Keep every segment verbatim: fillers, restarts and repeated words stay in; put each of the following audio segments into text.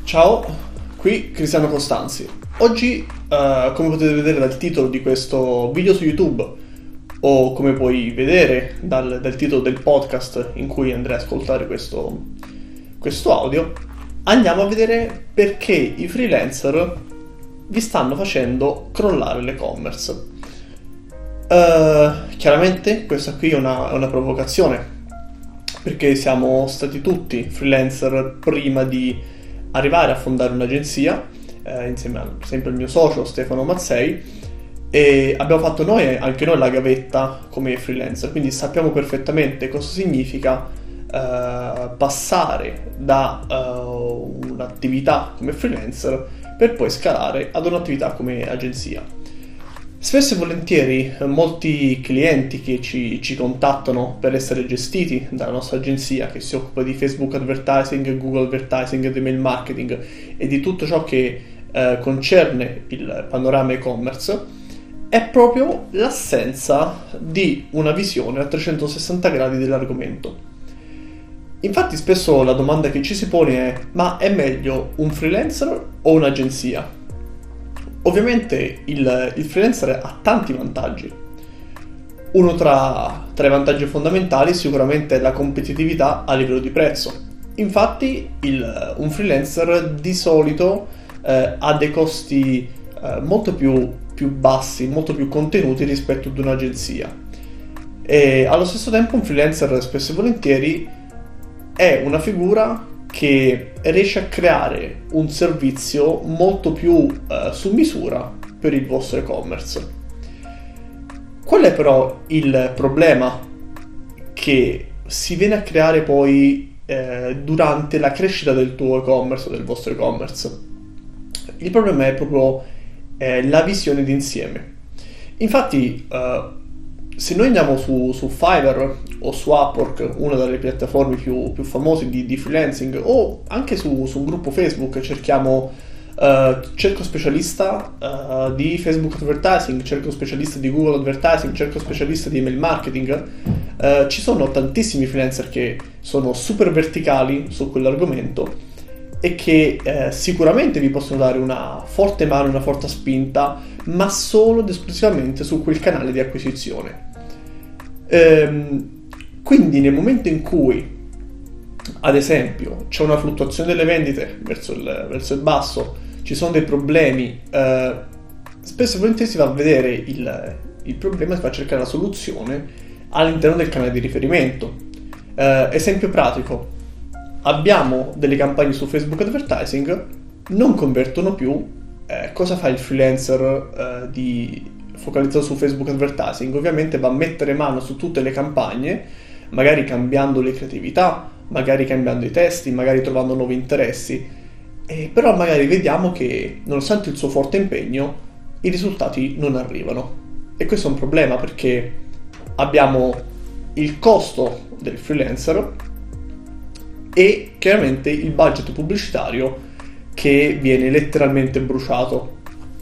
Ciao, qui Cristiano Costanzi. Oggi, uh, come potete vedere dal titolo di questo video su YouTube, o come puoi vedere dal, dal titolo del podcast in cui andrei ad ascoltare questo, questo audio, andiamo a vedere perché i freelancer vi stanno facendo crollare l'e-commerce. Uh, chiaramente questa qui è una, è una provocazione, perché siamo stati tutti freelancer prima di arrivare a fondare un'agenzia, eh, insieme a sempre il mio socio Stefano Mazzei, e abbiamo fatto noi anche noi la gavetta come freelancer, quindi sappiamo perfettamente cosa significa eh, passare da eh, un'attività come freelancer per poi scalare ad un'attività come agenzia. Spesso e volentieri molti clienti che ci, ci contattano per essere gestiti dalla nostra agenzia, che si occupa di Facebook Advertising, Google Advertising, ed email marketing e di tutto ciò che eh, concerne il panorama e-commerce, è proprio l'assenza di una visione a trecentosessanta gradi dell'argomento. Infatti spesso la domanda che ci si pone è: ma è meglio un freelancer o un'agenzia? Ovviamente il, il freelancer ha tanti vantaggi. Uno tra, tra i vantaggi fondamentali sicuramente è la competitività a livello di prezzo. Infatti il, un freelancer di solito eh, ha dei costi eh, molto più, più bassi, molto più contenuti rispetto ad un'agenzia. E allo stesso tempo un freelancer spesso e volentieri è una figura che riesce a creare un servizio molto più uh, su misura per il vostro e-commerce. Qual è però il problema che si viene a creare poi eh, durante la crescita del tuo e-commerce o del vostro e-commerce? Il problema è proprio eh, la visione d'insieme. Infatti uh, se noi andiamo su, su Fiverr o su Upwork, una delle piattaforme più, più famose di, di freelancing, o anche su, su un gruppo Facebook, cerchiamo uh, cerco specialista uh, di Facebook Advertising, cerco specialista di Google Advertising, cerco specialista di email marketing, uh, ci sono tantissimi freelancer che sono super verticali su quell'argomento e che eh, sicuramente vi possono dare una forte mano, una forte spinta, ma solo ed esclusivamente su quel canale di acquisizione. Ehm, quindi nel momento in cui, ad esempio, c'è una fluttuazione delle vendite verso il, verso il basso, ci sono dei problemi, eh, spesso e volentieri si va a vedere il, il problema e si va a cercare la soluzione all'interno del canale di riferimento. Eh, esempio pratico: abbiamo delle campagne su Facebook Advertising, non convertono più. Eh, cosa fa il freelancer eh, di focalizzato su Facebook Advertising? Ovviamente va a mettere mano su tutte le campagne, magari cambiando le creatività, magari cambiando i testi, magari trovando nuovi interessi, eh, però magari vediamo che nonostante il suo forte impegno i risultati non arrivano, e questo è un problema perché abbiamo il costo del freelancer e chiaramente il budget pubblicitario che viene letteralmente bruciato.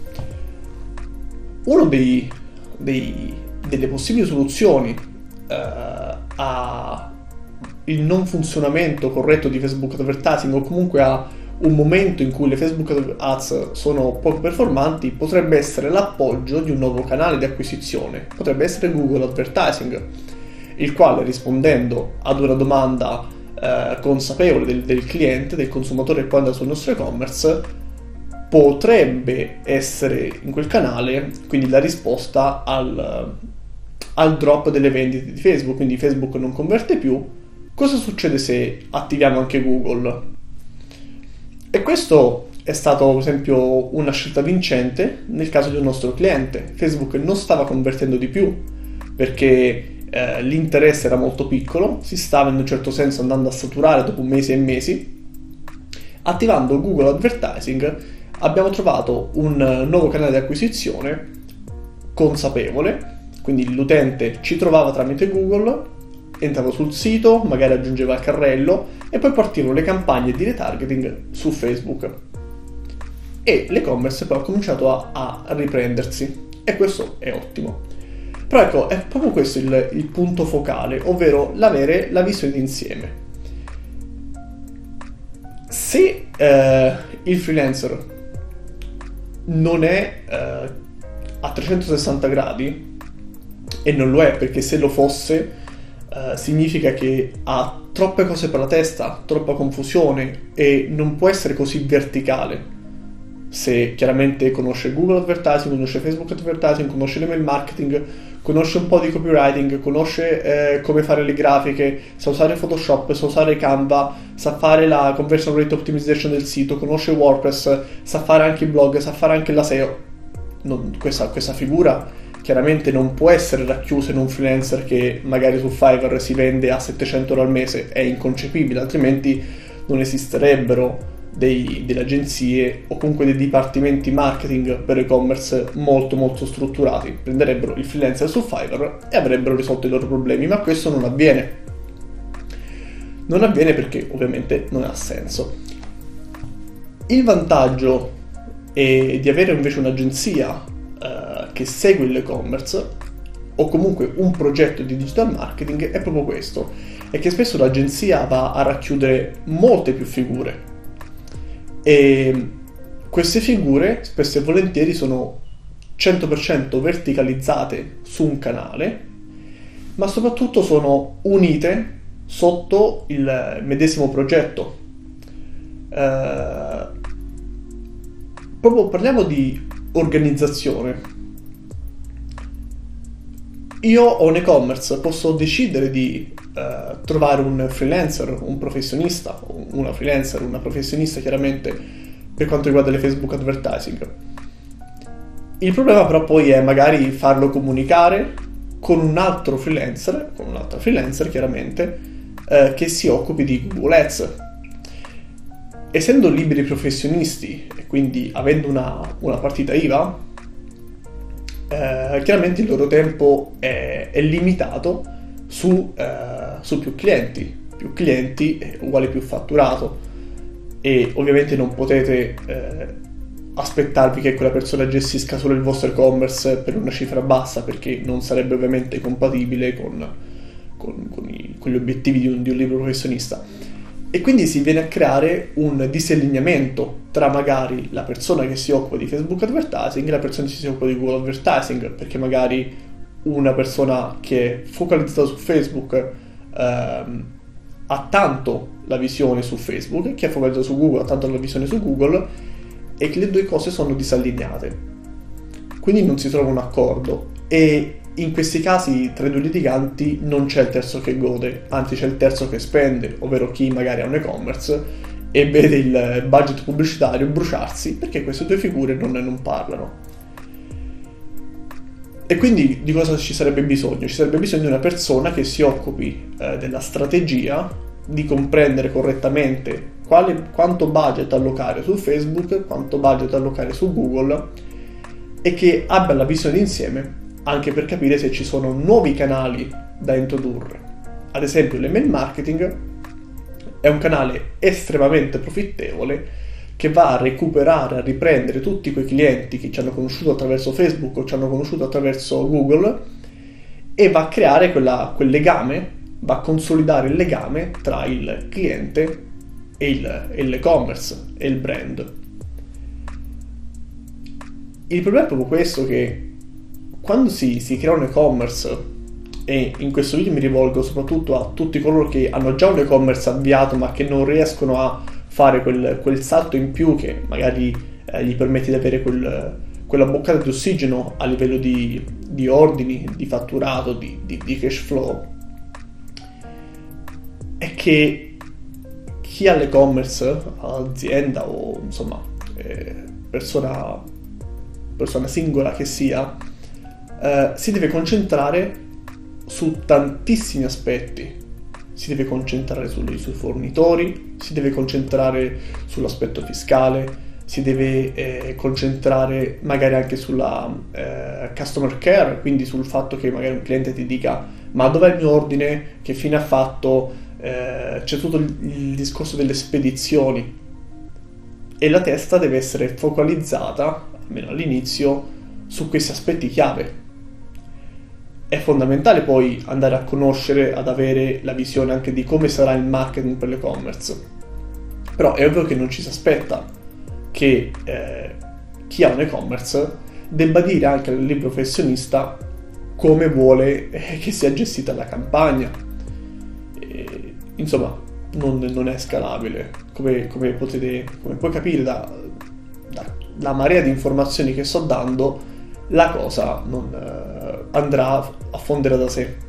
Uno dei, dei, delle possibili soluzioni eh, a il non funzionamento corretto di Facebook Advertising, o comunque a un momento in cui le Facebook Ads sono poco performanti, potrebbe essere l'appoggio di un nuovo canale di acquisizione. Potrebbe essere Google Advertising, il quale, rispondendo ad una domanda eh, consapevole del, del cliente, del consumatore che poi andrà sul nostro e-commerce, potrebbe essere in quel canale quindi la risposta al, al drop delle vendite di Facebook. Quindi Facebook non converte più. Cosa succede se attiviamo anche Google? E questo è stato, per esempio, una scelta vincente nel caso di un nostro cliente. Facebook non stava convertendo di più perché eh, l'interesse era molto piccolo, si stava in un certo senso andando a saturare dopo mesi e mesi. Attivando Google Advertising abbiamo trovato un nuovo canale di acquisizione consapevole, quindi l'utente ci trovava tramite Google, entrava sul sito, magari aggiungeva il carrello e poi partivano le campagne di retargeting su Facebook, e l'e-commerce poi ha cominciato a, a riprendersi, e questo è ottimo. Però ecco, è proprio questo il, il punto focale, ovvero l'avere la visione d'insieme. Se eh, il freelancer non è eh, a trecentosessanta gradi, e non lo è, perché se lo fosse eh, significa che ha troppe cose per la testa, troppa confusione, e non può essere così verticale. Se chiaramente conosce Google Advertising, conosce Facebook Advertising, conosce l'email marketing, conosce un po' di copywriting, conosce eh, come fare le grafiche, sa usare Photoshop, sa usare Canva, sa fare la conversion rate optimization del sito, conosce WordPress, sa fare anche i blog, sa fare anche la S E O. Non, questa, questa figura chiaramente non può essere racchiusa in un freelancer che magari su Fiverr si vende a settecento euro al mese, è inconcepibile, altrimenti non esisterebbero dei, delle agenzie o comunque dei dipartimenti marketing per e-commerce molto molto strutturati. Prenderebbero il freelancer su Fiverr e avrebbero risolto i loro problemi, ma questo non avviene. Non avviene perché ovviamente non ha senso. Il vantaggio è di avere invece un'agenzia eh, che segue l'e-commerce o comunque un progetto di digital marketing è proprio questo, è che spesso l'agenzia va a racchiudere molte più figure. E queste figure spesso e volentieri sono cento per cento verticalizzate su un canale, ma soprattutto sono unite sotto il medesimo progetto. Eh, proprio parliamo di organizzazione. Io ho un e-commerce, posso decidere di eh, trovare un freelancer, un professionista, una freelancer, una professionista chiaramente per quanto riguarda le Facebook advertising. Il problema però poi è magari farlo comunicare con un altro freelancer, con un'altra freelancer chiaramente, eh, che si occupi di Google Ads. Essendo liberi professionisti e quindi avendo una, una partita I V A, eh, chiaramente il loro tempo è, è limitato su, eh, su più clienti. Più clienti è uguale più fatturato, e ovviamente non potete eh, aspettarvi che quella persona gestisca solo il vostro e-commerce per una cifra bassa, perché non sarebbe ovviamente compatibile con, con, con, i, con gli obiettivi di un, di un libero professionista. E quindi si viene a creare un disallineamento tra magari la persona che si occupa di Facebook Advertising e la persona che si occupa di Google Advertising, perché magari una persona che è focalizzata su Facebook ehm, ha tanto la visione su Facebook, e chi è focalizzato su Google ha tanto la visione su Google, e che le due cose sono disallineate. Quindi non si trova un accordo, e in questi casi tra i due litiganti non c'è il terzo che gode, anzi c'è il terzo che spende, ovvero chi magari ha un e-commerce e vede il budget pubblicitario bruciarsi perché queste due figure non, non parlano. E quindi di cosa ci sarebbe bisogno? Ci sarebbe bisogno di una persona che si occupi eh, della strategia, di comprendere correttamente quale, quanto budget allocare su Facebook, quanto budget allocare su Google, e che abbia la visione insieme anche per capire se ci sono nuovi canali da introdurre. Ad esempio l'email marketing è un canale estremamente profittevole che va a recuperare, a riprendere tutti quei clienti che ci hanno conosciuto attraverso Facebook o ci hanno conosciuto attraverso Google, e va a creare quella, quel legame, va a consolidare il legame tra il cliente e, il, e l'e-commerce e il brand. Il problema è proprio questo, che quando si, si crea un e-commerce, e in questo video mi rivolgo soprattutto a tutti coloro che hanno già un e-commerce avviato ma che non riescono a fare quel, quel salto in più che magari eh, gli permette di avere quel, quella boccata di ossigeno a livello di, di ordini, di fatturato, di, di, di cash flow, è che chi ha l'e-commerce, azienda o insomma eh, persona, persona singola che sia, Uh, si deve concentrare su tantissimi aspetti. Si deve concentrare sui, sui fornitori, si deve concentrare sull'aspetto fiscale, si deve eh, concentrare magari anche sulla eh, customer care, quindi sul fatto che magari un cliente ti dica: ma dov'è il mio ordine, che fine ha fatto, eh, c'è tutto il, il discorso delle spedizioni, e la testa deve essere focalizzata, almeno all'inizio, su questi aspetti chiave. È fondamentale poi andare a conoscere, ad avere la visione anche di come sarà il marketing per l'e-commerce, però è ovvio che non ci si aspetta che eh, chi ha un e-commerce debba dire anche al libero professionista come vuole eh, che sia gestita la campagna. E, insomma, non, non è scalabile. Come, come potete, come puoi capire da, da, la marea di informazioni che sto dando, la cosa non eh, andrà a fondere da sé.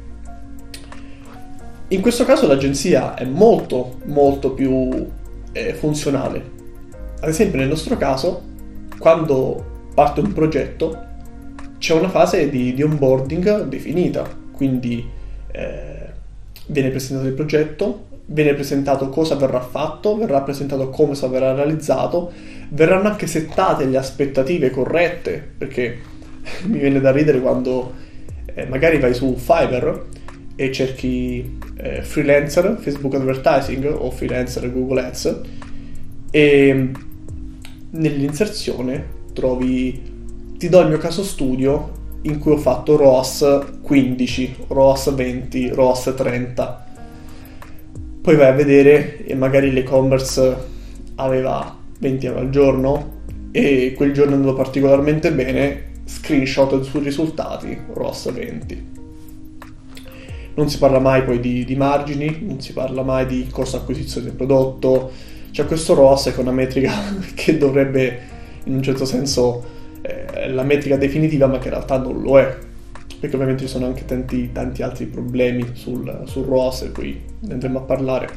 In questo caso l'agenzia è molto molto più eh, funzionale. Ad esempio nel nostro caso, quando parte un progetto c'è una fase di, di onboarding definita, quindi eh, viene presentato il progetto, viene presentato cosa verrà fatto, verrà presentato come verrà realizzato, verranno anche settate le aspettative corrette, perché mi viene da ridere quando eh, magari vai su Fiverr e cerchi eh, freelancer Facebook Advertising o freelancer Google Ads e nell'inserzione trovi ti do il mio caso studio in cui ho fatto R O A S quindici, R O A S venti, R O A S trenta. Poi vai a vedere e magari l'e-commerce aveva venti euro al giorno e quel giorno è andato particolarmente bene, screenshot sui risultati, R O A S venti. Non si parla mai poi di, di margini, non si parla mai di costo acquisizione del prodotto. C'è questo R O A S che è una metrica che dovrebbe in un certo senso eh, la metrica definitiva, ma che in realtà non lo è, perché ovviamente ci sono anche tanti, tanti altri problemi sul, sul R O A S e poi ne andremo a parlare.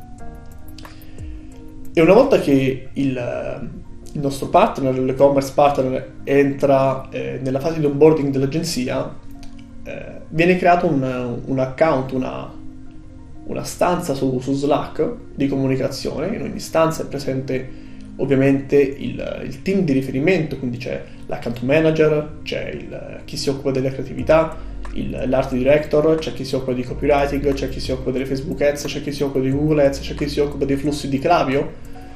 E una volta che il, il nostro partner, l'e-commerce partner, entra eh, nella fase di onboarding dell'agenzia, eh, viene creato un, un account, una, una stanza su, su Slack di comunicazione. In ogni stanza è presente ovviamente il, il team di riferimento, quindi c'è l'account manager, c'è il, chi si occupa della creatività, il, l'art director, c'è chi si occupa di copywriting, c'è chi si occupa delle Facebook Ads, c'è chi si occupa di Google Ads, c'è chi si occupa dei flussi di Klaviyo,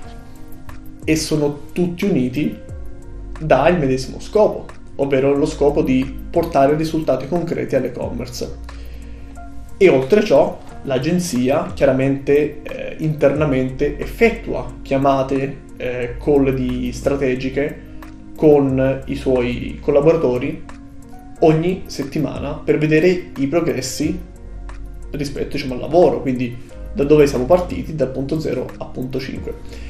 e sono tutti uniti dal medesimo scopo, ovvero lo scopo di portare risultati concreti all'e-commerce. E oltre ciò l'agenzia chiaramente eh, internamente effettua chiamate, eh, call di strategiche con i suoi collaboratori ogni settimana per vedere i progressi rispetto, diciamo, al lavoro, quindi da dove siamo partiti, dal punto zero a punto cinque.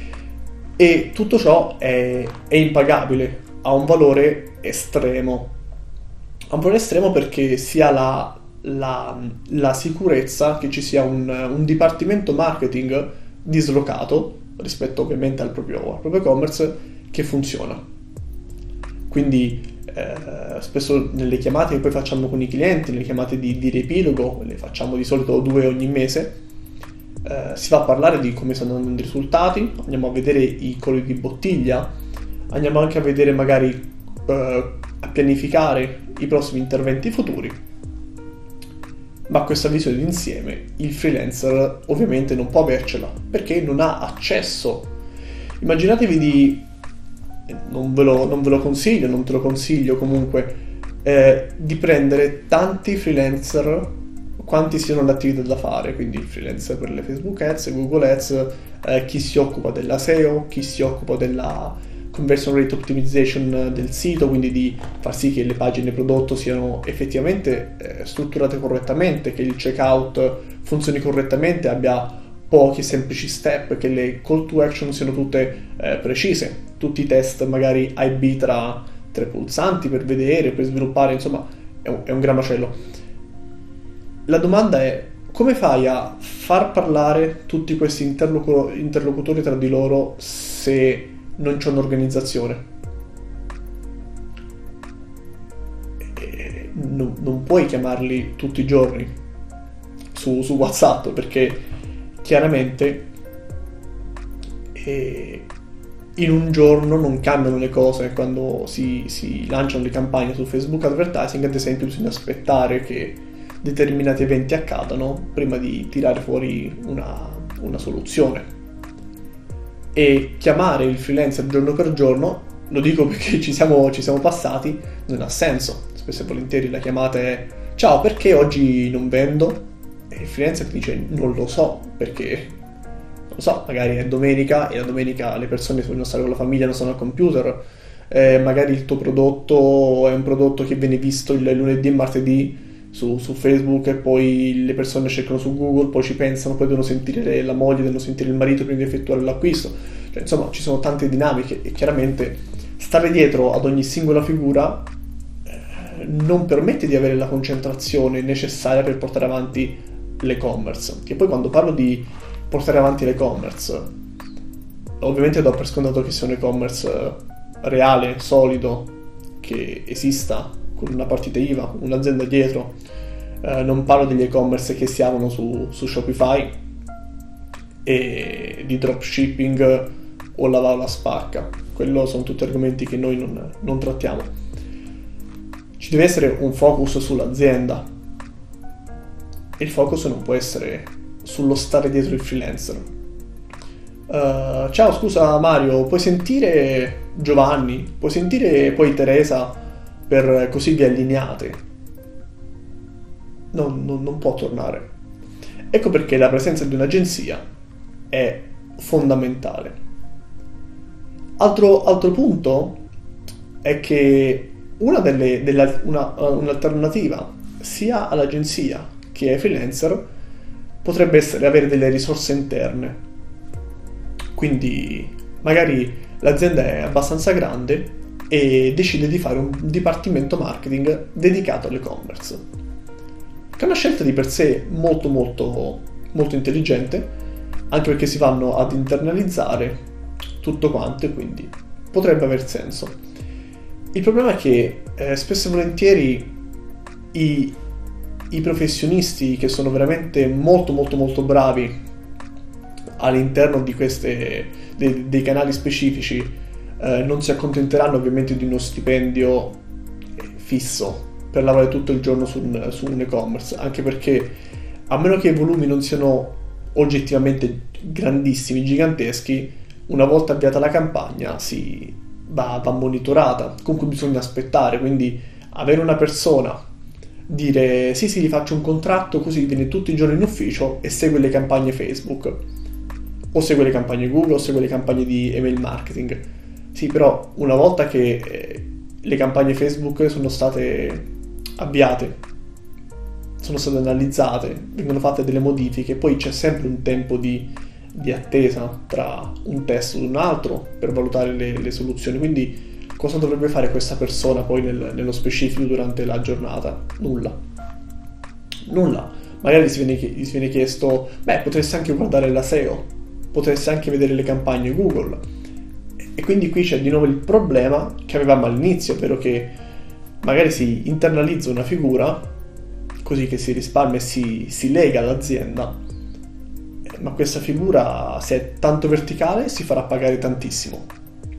E tutto ciò è, è impagabile, ha un valore estremo. Ha un valore estremo perché si ha la, la, la sicurezza che ci sia un, un dipartimento marketing dislocato rispetto ovviamente al proprio, al proprio e-commerce che funziona. Quindi eh, spesso nelle chiamate che poi facciamo con i clienti, nelle chiamate di, di riepilogo, le facciamo di solito due ogni mese, eh, si va a parlare di come stanno andando i risultati, andiamo a vedere i colli di bottiglia, andiamo anche a vedere magari eh, a pianificare i prossimi interventi futuri. Ma questa visione d'insieme il freelancer ovviamente non può avercela perché non ha accesso. Immaginatevi di, non ve lo, non ve lo consiglio, non te lo consiglio comunque, eh, di prendere tanti freelancer quanti siano le attività da fare, quindi freelancer per le Facebook Ads, Google Ads, eh, chi si occupa della S E O, chi si occupa della conversion rate optimization del sito, quindi di far sì che le pagine prodotto siano effettivamente eh, strutturate correttamente, che il checkout funzioni correttamente, abbia pochi e semplici step, che le call to action siano tutte eh, precise, tutti i test magari A B tra tre pulsanti per vedere, per sviluppare, insomma è un, è un gran macello. La domanda è: come fai a far parlare tutti questi interlocu- interlocutori tra di loro se non c'è un'organizzazione? E non, non puoi chiamarli tutti i giorni su, su WhatsApp, perché chiaramente eh, in un giorno non cambiano le cose. Quando si, si lanciano le campagne su Facebook Advertising, ad esempio, bisogna aspettare che determinati eventi accadano prima di tirare fuori una, una soluzione. E chiamare il freelancer giorno per giorno, lo dico perché ci siamo, ci siamo passati, non ha senso. Spesso e volentieri la chiamata è: ciao, perché oggi non vendo? E il freelancer ti dice: non lo so, perché lo so, magari è domenica e la domenica le persone vogliono stare con la famiglia, non sono al computer, eh, magari il tuo prodotto è un prodotto che viene visto il lunedì e martedì su, su Facebook e poi le persone cercano su Google, poi ci pensano, poi devono sentire la moglie, devono sentire il marito prima di effettuare l'acquisto. Cioè, insomma, ci sono tante dinamiche e chiaramente stare dietro ad ogni singola figura eh, non permette di avere la concentrazione necessaria per portare avanti l'e-commerce. Che poi quando parlo di portare avanti l'e-commerce, ovviamente do per scontato che sia un e-commerce reale, solido, che esista con una partita I V A, un'azienda dietro. Eh, non parlo degli e-commerce che si aprono su, su Shopify e di dropshipping o lavare la spacca. Quello sono tutti argomenti che noi non, non trattiamo. Ci deve essere un focus sull'azienda e il focus non può essere sullo stare dietro il freelancer. Uh, ciao, scusa Mario, puoi sentire Giovanni, puoi sentire poi Teresa, per così vi allineate? Non, non, non può tornare. Ecco perché la presenza di un'agenzia è fondamentale. Altro, altro punto è che una delle, delle, una, un'alternativa sia all'agenzia che ai freelancer potrebbe essere avere delle risorse interne. Quindi magari l'azienda è abbastanza grande e decide di fare un dipartimento marketing dedicato all'e-commerce, che è una scelta di per sé molto molto molto intelligente, anche perché si vanno ad internalizzare tutto quanto e quindi potrebbe aver senso. Il problema è che eh, spesso e volentieri i, i professionisti che sono veramente molto molto molto bravi all'interno di queste dei, dei canali specifici eh, non si accontenteranno ovviamente di uno stipendio fisso per lavorare tutto il giorno su un, su un e-commerce, anche perché a meno che i volumi non siano oggettivamente grandissimi, giganteschi, una volta avviata la campagna si va, va monitorata, comunque bisogna aspettare, quindi avere una persona, dire sì sì gli faccio un contratto così viene tutti i giorni in ufficio e segue le campagne Facebook o segue le campagne Google o segue le campagne di email marketing. Sì, però una volta che eh, le campagne Facebook sono state avviate, sono state analizzate, vengono fatte delle modifiche, poi c'è sempre un tempo di, di attesa tra un test e un altro per valutare le, le soluzioni. Quindi cosa dovrebbe fare questa persona poi nel, nello specifico durante la giornata? Nulla. Nulla. Magari gli si viene, gli si viene chiesto, beh, potresti anche guardare la S E O, potresti anche vedere le campagne Google. E quindi qui c'è di nuovo il problema che avevamo all'inizio, ovvero che magari si internalizza una figura così che si risparmia e si, si lega all'azienda, ma questa figura, se è tanto verticale, si farà pagare tantissimo.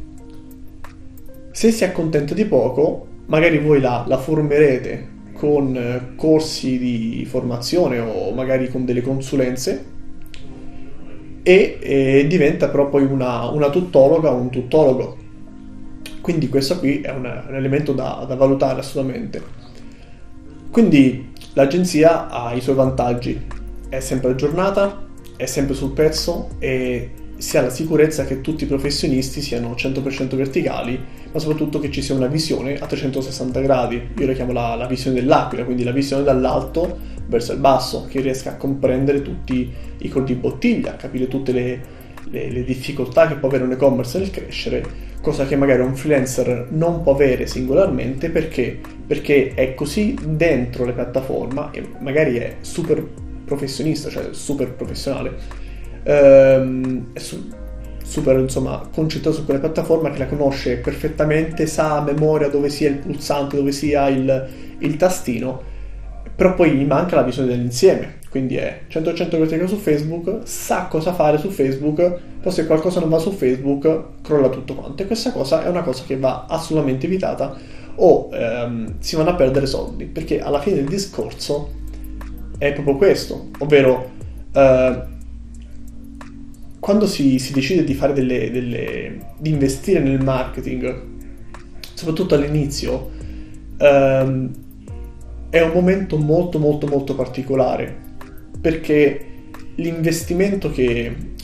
Se si accontenta di poco, magari voi la, la formerete con corsi di formazione o magari con delle consulenze e, e diventa però poi una, una tuttologa o un tuttologo. Quindi questo qui è un, un elemento da, da valutare assolutamente. Quindi l'agenzia ha i suoi vantaggi, è sempre aggiornata, è sempre sul pezzo e si ha la sicurezza che tutti i professionisti siano cento per cento verticali, ma soprattutto che ci sia una visione a trecentosessanta gradi. Io la chiamo la, la visione dell'aquila, quindi la visione dall'alto verso il basso, che riesca a comprendere tutti i colli di bottiglia, capire tutte le, le, le difficoltà che può avere un e-commerce nel crescere, cosa che magari un freelancer non può avere singolarmente. Perché? Perché è così dentro le piattaforme e magari è super professionista, cioè super professionale, ehm, è su, super insomma concentrato su quella piattaforma che la conosce perfettamente, sa a memoria dove sia il pulsante, dove sia il, il tastino, però poi gli manca la visione dell'insieme, quindi è cento per cento verticale su Facebook, sa cosa fare su Facebook, poi se qualcosa non va su Facebook crolla tutto quanto, e questa cosa è una cosa che va assolutamente evitata o ehm, si vanno a perdere soldi, perché alla fine del discorso è proprio questo, ovvero eh, quando si, si decide di fare delle, delle di investire nel marketing, soprattutto all'inizio, ehm, è un momento molto molto molto particolare, perché l'investimento che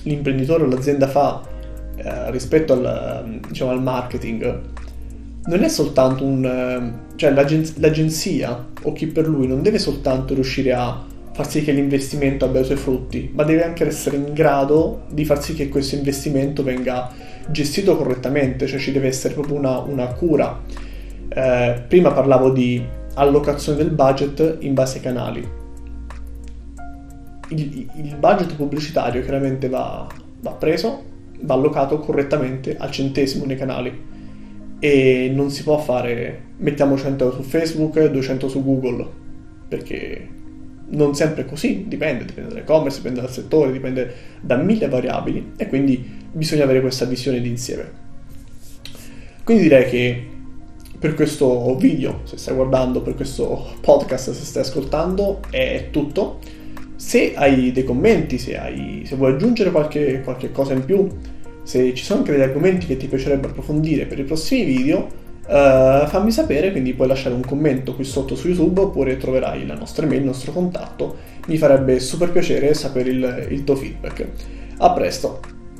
l'imprenditore o l'azienda fa eh, rispetto al, diciamo, al marketing non è soltanto un... Eh, cioè l'agen- l'agenzia o chi per lui non deve soltanto riuscire a far sì che l'investimento abbia i suoi frutti, ma deve anche essere in grado di far sì che questo investimento venga gestito correttamente, cioè ci deve essere proprio una, una cura. Eh, prima parlavo di allocazione del budget in base ai canali. Il, il budget pubblicitario chiaramente va, va preso, va allocato correttamente al centesimo nei canali e non si può fare mettiamo cento euro su Facebook, duecento su Google, perché non sempre è così, dipende, dipende dall'e-commerce, dipende dal settore, dipende da mille variabili e quindi bisogna avere questa visione d'insieme. Quindi direi che per questo video, se stai guardando, per questo podcast, se stai ascoltando, è tutto. Se hai dei commenti, se, hai, se vuoi aggiungere qualche, qualche cosa in più, se ci sono anche degli argomenti che ti piacerebbe approfondire per i prossimi video, Uh, fammi sapere, quindi puoi lasciare un commento qui sotto su YouTube oppure troverai la nostra email, il nostro contatto. Mi farebbe super piacere sapere il, il tuo feedback. A presto!